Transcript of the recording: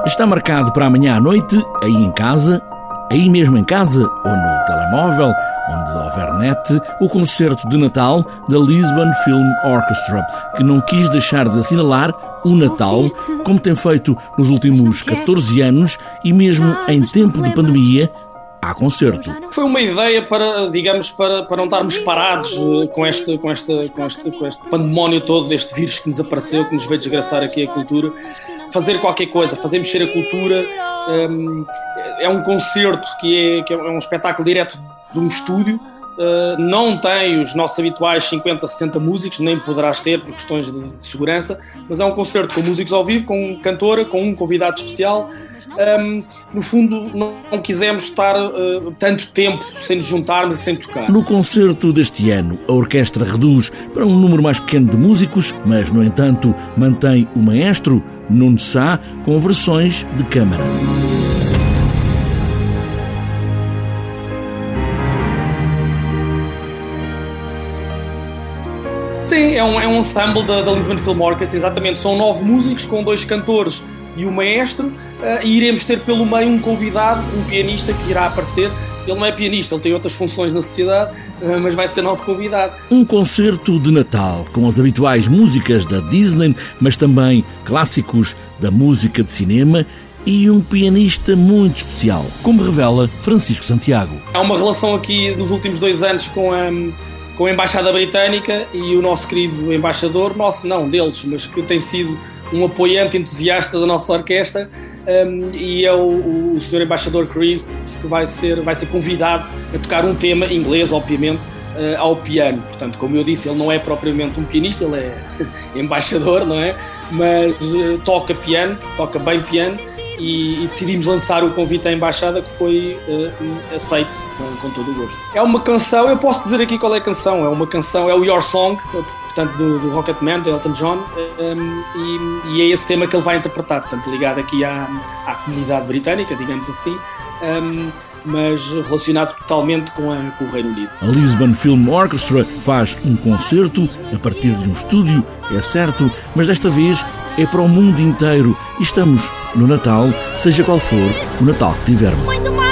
Está marcado para amanhã à noite, aí mesmo em casa ou no telemóvel, onde houver net, o concerto de Natal da Lisbon Film Orchestra, que não quis deixar de assinalar o Natal, como tem feito nos últimos 14 anos e mesmo em tempo de pandemia, há concerto. Foi uma ideia para não estarmos parados com este pandemónio todo, deste vírus que nos apareceu, que nos veio desgraçar aqui a cultura. Fazer qualquer coisa, fazer mexer a cultura. É um concerto que é um espetáculo direto de um estúdio. Não tem os nossos habituais 50, 60 músicos, nem poderás ter por questões de segurança, mas é um concerto com músicos ao vivo, com cantora, com um convidado especial. No fundo, não quisemos estar tanto tempo sem nos juntarmos e sem tocar. No concerto deste ano, a orquestra reduz para um número mais pequeno de músicos, mas, no entanto, mantém o maestro Nuno Sá com versões de câmara. Sim, é um ensemble da Lisbon Film Orchestra, exatamente. São 9 músicos com 2 cantores e o maestro, e iremos ter pelo meio um convidado, um pianista que irá aparecer. Ele não é pianista, ele tem outras funções na sociedade, mas vai ser nosso convidado. Um concerto de Natal com as habituais músicas da Disney, mas também clássicos da música de cinema e um pianista muito especial, como revela Francisco Santiago. Há uma relação aqui nos últimos 2 anos com a Embaixada Britânica e o nosso querido embaixador, deles, mas que tem sido um apoiante entusiasta da nossa orquestra, e é o Sr. Embaixador Chris, que vai ser convidado a tocar um tema inglês, obviamente, ao piano. Portanto, como eu disse, ele não é propriamente um pianista, ele é embaixador, não é? Mas toca bem piano, e decidimos lançar o convite à Embaixada, que foi aceito com todo o gosto. É uma canção, eu posso dizer aqui qual é a canção, é o Your Song, portanto do Rocketman, de Elton John, e é esse tema que ele vai interpretar, portanto ligado aqui à comunidade britânica, digamos assim, mas relacionado totalmente com o Reino Unido. A Lisbon Film Orchestra faz um concerto a partir de um estúdio, é certo, mas desta vez é para o mundo inteiro e estamos no Natal, seja qual for o Natal que tivermos.